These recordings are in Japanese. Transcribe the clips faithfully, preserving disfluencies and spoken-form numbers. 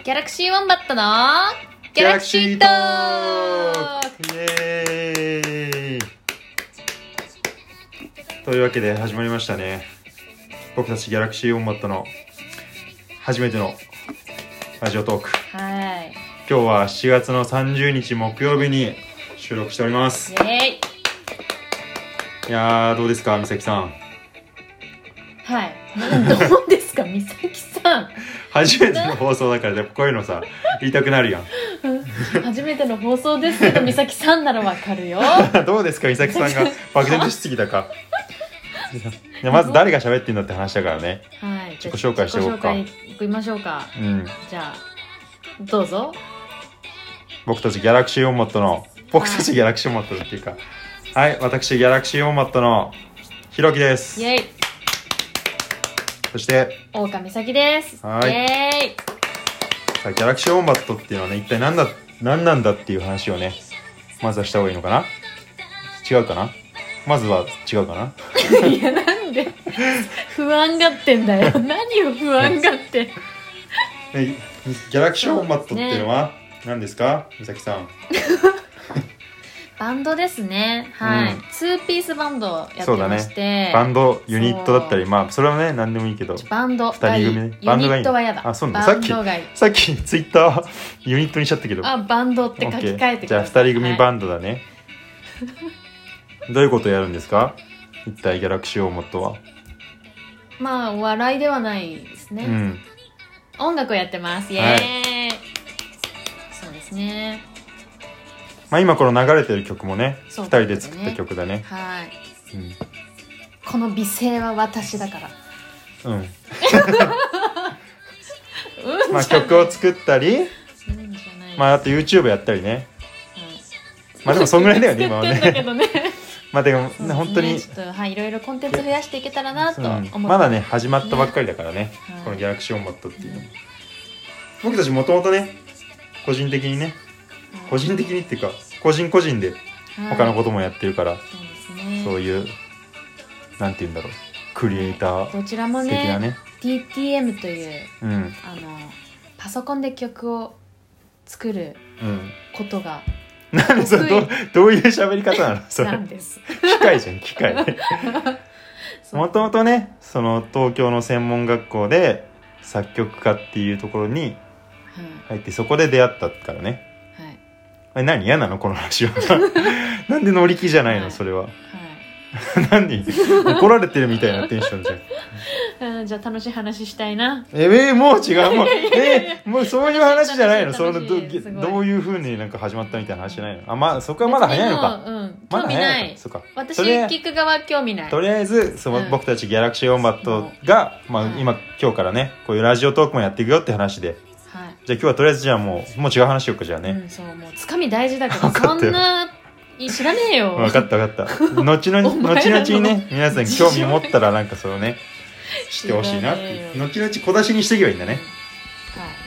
ギャラクシーウォンバットのギャラクシートーク、 イエーイというわけで始まりましたね。僕たちギャラクシーウォンバットの初めてのラジオトーク。 はい。 今日はしちがつのさんじゅうにち木曜日に収録しております。 イエーイ。 いやーどうですか、みさきさん。 はい。どうですか、みさきさん。 初めての放送だからこういうのさ言いたくなるやん。 初めての放送ですけど、みさきさんならわかるよ。 どうですか、みさきさんが漠然としすぎたか。いやまず誰が喋ってんだって話だからね。 はい。 自己紹介しておこうか。 自己紹介いきましょうか。 うん。 じゃあどうぞ。 僕たちギャラクシーオンマットの僕たちギャラクシーオンマットっていうか、はい、はい、私ギャラクシーオンマットのひろきです。 イエイ。 そして大川美咲です。 はい。 イエーイ。 さあギャラクシーオンマットっていうのはね、一体何だ何なんだっていう話をね、まずはした方がいいのかな。違うかな。まずは違うかな。 いやなんで不安がってんだよ。何を不安がって。 ギャラクシーオンマットっていうのは何ですか、みさきさん。 バンドですね。はい、うん、ツーピースバンドをやってまして、ね、 バンドユニットだったり、まあそれはね何でもいいけど、 バンドふたり組ね。 バンドがいい。ユニットは嫌だ。 あ、そうなんだ。さっきさっきツイッターユニットにしちゃったけど、 あ、バンドって書き換えてください。 じゃあふたり組バンドだね、はい、どういうことをやるんですか、一体ギャラクシーオンマットは。 まあお笑いではないですね、うん、音楽をやってます。イエーイ、はい、そうですね。 まあ今この流れてる曲もね、ふたりで作った曲だね。 はい、うん、この美声は私だから。うん。 まあ曲を作ったり、うん、まああと YouTube やったりね。うん、まあでもそんぐらいだよね今はね。まあでも、ね、本当にちょっと、はい、いろいろコンテンツ増やしていけたらなと思って、うん、 まだね始まったばっかりだからね、はい、このギャラクシーオンマットっていうのも、うん、僕たちもともとね個人的にね、個人的にっていうか個人個人で他のこともやってるから、はい、そうですね、そういうなんていうんだろう、クリエイター的なね、どちらもねティーティーエム という、うん、あのパソコンで曲を作ることが、 うん、なんでそれ ど, どういう喋り方なのそれ。 なんです機械じゃん機械。もともとねその東京の専門学校で作曲家っていうところに入って、そこで出会ったからね。あれ何嫌なのこの話は。なんで乗り気じゃないの、はい、それは、はい、何怒られてるみたいなテンションじゃん。 じゃあ楽しい話したいな。 えー、もう違うもうえー、もうそういう話じゃないの。その ど, どういう風になんか始まったみたいな話じゃないの。あ、まあそこはまだ早いのか。うん、 興味ない。そうか、私聞く側興味ない。 とりあえずその、うん、僕たちギャラクシーオンバットが、まあ、はい、今今日からねこういうラジオトークもやっていくよって話で、はい、じゃあ今日はとりあえずじゃあもうもう違う話しようか。じゃあね、うん、そうもうつかみ大事だからそんな知らねえよ。分かった分かった。後々後々にね皆さん興味持ったらなんかそのね知ってほしいなっていう、後々小出しにしていけばいいんだね、はい、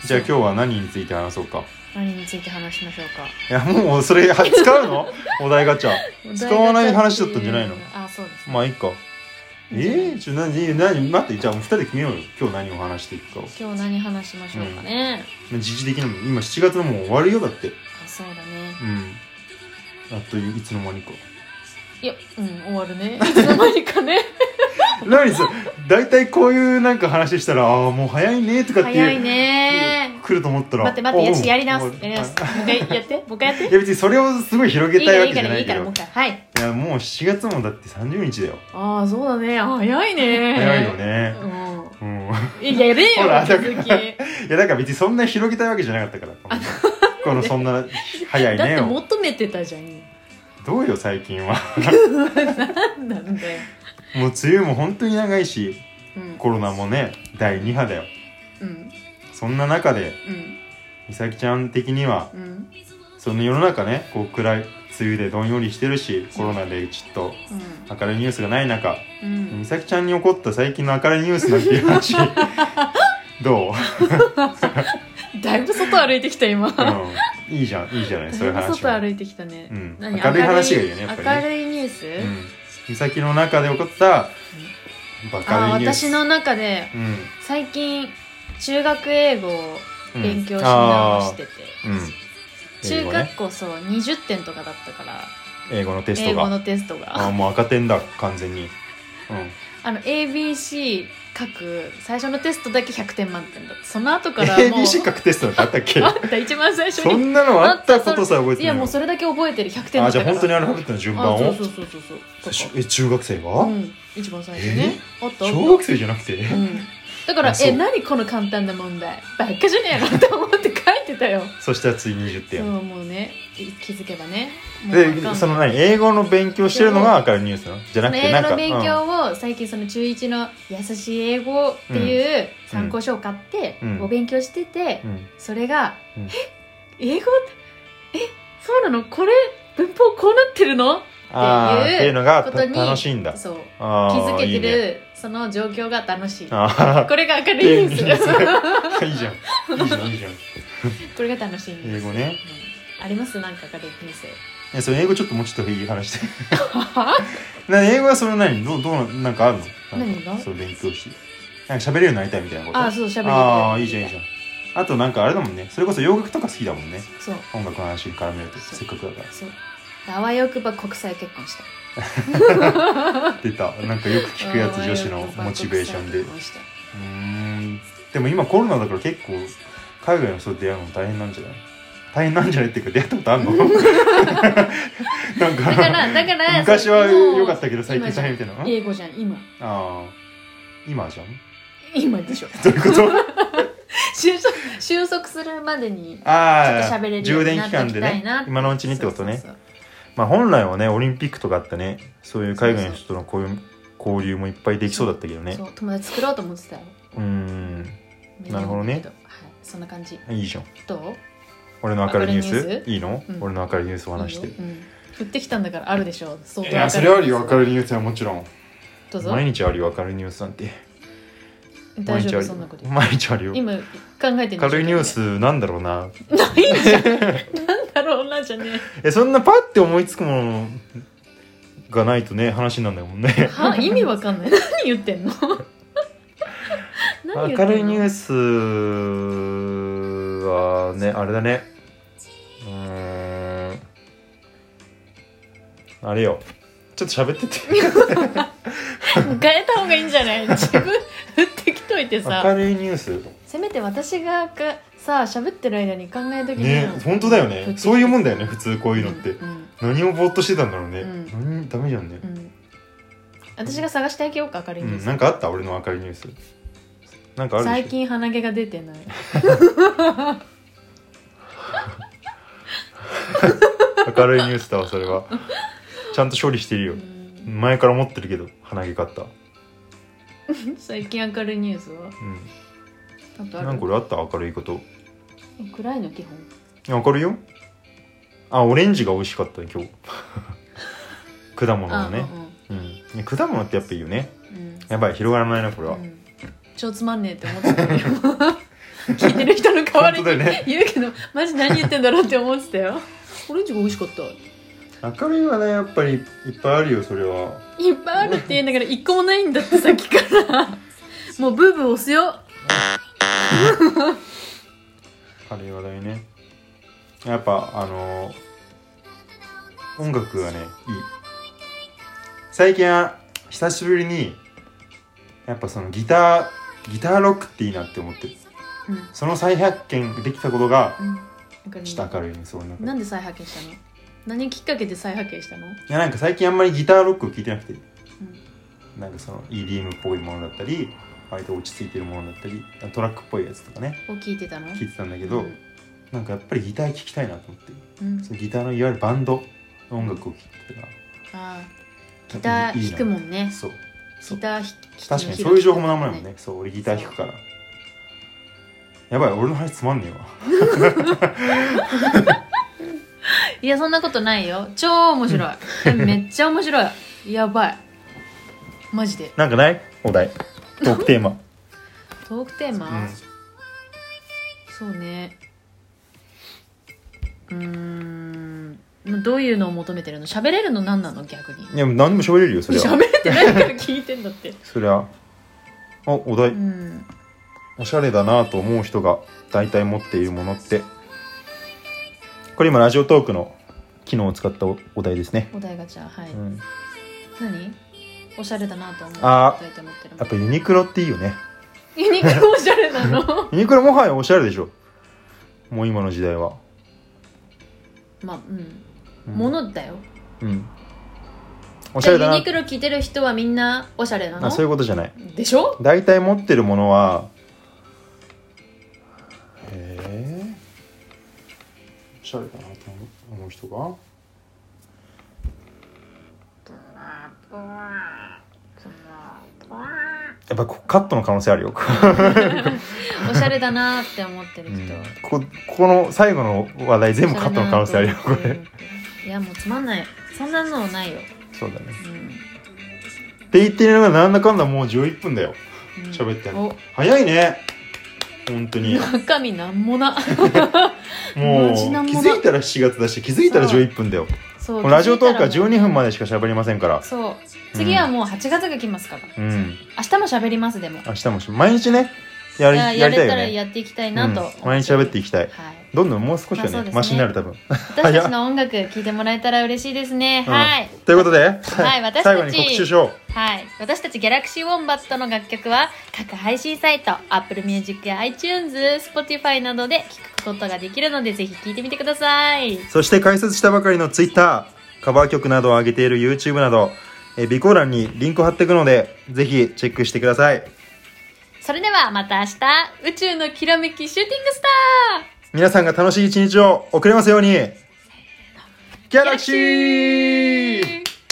じゃあ今日は何について話そうか。 何について話しましょうか。 いやもうそれ使うのお題ガチャ使わない話だったんじゃないの。 あ、そうです、ね、 まあいいか。えー、ちょ何何待って、じゃあふたりで決めようよ。今日何を話していくか。 今日何話しましょうかね。 うん、時事的なの今しちがつのもう終わるよだって。 あ、そうだね。 うん。あといつの間にか。 いや、うん、終わるね。いつの間にかね。 何それ。だいたいこういうなんか話したら、ああもう早いねとかっていう。 早いね来ると思ったら。 待って待って、やしやり直す。やり直す。もう一回やって。もう一回やって。 いや別にそれをすごい広げたいわけじゃないけど。いいからいいからもう一回。はい。いやもうしちがつもだってさんじゅうにちだよ。ああそうだね。早いね。 早いよね。うん。うん、いややれよ。ほら続き。いやだから別にそんな広げたいわけじゃなかったから。このそんな早いね。だって求めてたじゃん。 どうよ最近は。 なんなんだよ。 もう梅雨も本当に長いし、うん、コロナもねだいに波だよ、うん、そんな中で、うん、美咲ちゃん的には、うん、その世の中ねこう暗い梅雨でどんよりしてるし、コロナでちょっと明るいニュースがない中、うん、美咲ちゃんに起こった最近の明るいニュースなんていう話どう？ だいぶ外歩いてきた今、 うん、いいじゃんいいじゃないそういう話。 外歩いてきたね、 うん、何明るい話がいいよねやっぱりね。 明るいニュース、うん、 美咲の中で起こったバカリニュース。 あ私の中で、うん、最近中学英語勉強し直してて、 うんうん中学校そうにじゅってんとかだったから英語のテストが英語のテストがあもう赤点だ完全に、うん、 あの エービーシー 書く最初のテストだけひゃくてん満点だったその後からもうエービーシー 書くテストなんてあったっけあった一番最初にそんなのあったことさ覚えてないいやもうそれだけ覚えてるひゃくてんだったからあじゃあ本当にアルファベットの順番をそうそうそうそうそうえ中学生が、 うん、一番最初ねあった小学生じゃなくて、 うんだからえ何この簡単な問題ばっかじゃねえのと思って書いてたよそしたらついにじゅってんそうもうね気づけばねでその何英語の勉強してるのが明るいニュースなのじゃなくてなんか英語の勉強を最近その中いちの優しい英語っていう参考書を買ってお勉強してて、うんうん、それが、うん、え英語ってえそうなのこれ文法こうなってるのっていうのが楽しいんだそう気づけてるいい、ね、その状況が楽しいこれが明るいニュースいいじゃんいいじゃんいいじゃんこれが楽しいニュース英語ね、 うん、ありますなんか明るいニュースいやその英語ちょっともうちょっといい話してな英語はその何どうどうなんかあるの何がそう勉強してなんか喋れるようになりたいみたいなことあそう喋れるああいいじゃんいいじゃんあとなんかあれだもんねそれこそ洋楽とか好きだもんねそう音楽の話に絡めるとせっかくだからそうあわよくば国際結婚した出たなんかよく聞くやつ女子のモチベーションでうーんでも今コロナだから結構海外の人と出会うの大変なんじゃない大変なんじゃないっていうか出会ったことあるのなんかだからだから昔は良かったけど最近大変みたいな英語じゃん今ああ今じゃん今でしょどういうこと収束収束するまでにちょっと喋れるようになっていきたいな今のうちにってことねそうそうそうまあ本来はねオリンピックとかあってねそういう海外の人とのこういう交流もいっぱいできそうだったけどねそう友達作ろうと思ってたようーんなるほどね、はい、 そんな感じいいじゃんどう俺の明るいニュースいいの、うん、俺の明るいニュースを話していい、 うん、降ってきたんだからあるでしょ相当いやそれあるよ明るいニュースはもちろんどうぞ毎日あるよ明るいニュースなんて大丈夫そんなこと毎日あるよ今考えてる明るいニュースなんだろうなないんじゃんなんだろうなじゃねえそんなパッて思いつくものがないとね話にならないもんねは意味わかんない何言ってんの明るいニュースはねあれだねうーんあれよちょっと喋ってて変えた方がいいんじゃない自分振ってきといてさ明るいニュースせめて私がかさ喋ってる間に考えときね本当だよねそういうもんだよね普通こういうのって、うんうん、何をぼーっとしてたんだろうね、うん、何ダメじゃんね、うん、 私が探してあげようか明るいニュース、 うん、なんかあった俺の明るいニュースなんかあるでしょ最近鼻毛が出てない明るいニュースだわそれはちゃんと処理してるよ前から思ってるけど鼻毛買った最近明るいニュースは、 うん、あとあるなんかこれあった明るいこと暗いの基本明るいよあオレンジが美味しかったね今日果物のね、うんうん、果物ってやっぱいいよね、うん、やばい広がらないなこれは、うん、 超つまんねえって思ってたよ聞いてる人の代わりに言うけど、ね、マジ何言ってんだろうって思ってたよオレンジが美味しかった明るいはねやっぱりいっぱいあるよそれはいっぱいあるって言うんだから一個もないんだってさっきからもうブーブー押すよ明るい話題ねやっぱあのー、音楽がねいい最近は久しぶりにやっぱそのギターギターロックっていいなって思ってる、うん、その再発見できたことが、うん、ちょっと明るいねそうなんで再発見したの何きっかけで再発見したの？いやなんか最近あんまりギターロックを聴いてなくて、うん、なんかその イーディーエム っぽいものだったり割と落ち着いてるものだったりトラックっぽいやつとかねを聴いてたの？ 聴いてたんだけど、うん、なんかやっぱりギター聴きたいなと思って、うん、そのギターのいわゆるバンドの音楽を聴いてたら、 あギター弾くもんね。 そうギター弾き確かにそういう情報もなんもないもんね。そう俺ギター弾くからやばい俺の話つまんねえわいやそんなことないよ超面白いめっちゃ面白いやばいマジでなんかないお題トークテーマトークテーマ、うん、そうねうーんどういうのを求めてるの？喋れるの何なの逆に？ いや何でも喋れるよそれは喋れてないから聞いてんだってそりゃあお題、うん、 おしゃれだなと思う人が大体持っているものって、これ今ラジオトークの機能を使った お, お題ですね。 お題ガチャ、はい、 うん、 何おしゃれだなと思う。 あー、やっぱユニクロっていいよね。 ユニクロおしゃれなのユニクロもはやおしゃれでしょ、もう今の時代は。 まあうん物だよ、 うん、おしゃれだな。 ユニクロ着てる人はみんなおしゃれなの？ あ、そういうことじゃない。 でしょ？ 大体持ってるものは、へえ、おしゃれだなと思う人が、やっぱカットの可能性あるよおしゃれだなって思ってる人、うん、 こ, この最後の話題全部カットの可能性あるよこれ。 いやもうつまんない、そんなのないよ。 そうだね、うん、って言ってるのがなんだかんだもうじゅういっぷんだよ喋、うん、ってるの早いね本当に。 中身なんもなもう気づいたらしちがつだし気づいたらじゅういっぷんだよ。そうラジオトークはじゅうにふんまでしか喋りませんから。 そう次はもうはちがつが来ますから、うん、明日も喋ります。でも明日も毎日ねやりやりたいよね。 やれたらやっていきたいなと、うん、 毎日喋っていきたい、はい、どんどんもう少しは ね,、まあ、ねマシになる多分。 私たちの音楽聴いてもらえたら嬉しいですね、うん、はい。 ということで、 はい、私たち最後に告知しよう。 はい、私たちギャラクシーウォンバットの楽曲は各配信サイト Apple Music や iTunes、Spotify などで聴くことができるのでぜひ聴いてみてください。 そして解説したばかりの Twitter、 カバー曲などを上げている YouTube などえ備考欄にリンクを貼っていくのでぜひチェックしてください。 それではまた明日、宇宙のきらめきシューティングスター、 皆さんが楽しい一日を送れますように。ギャラクシー。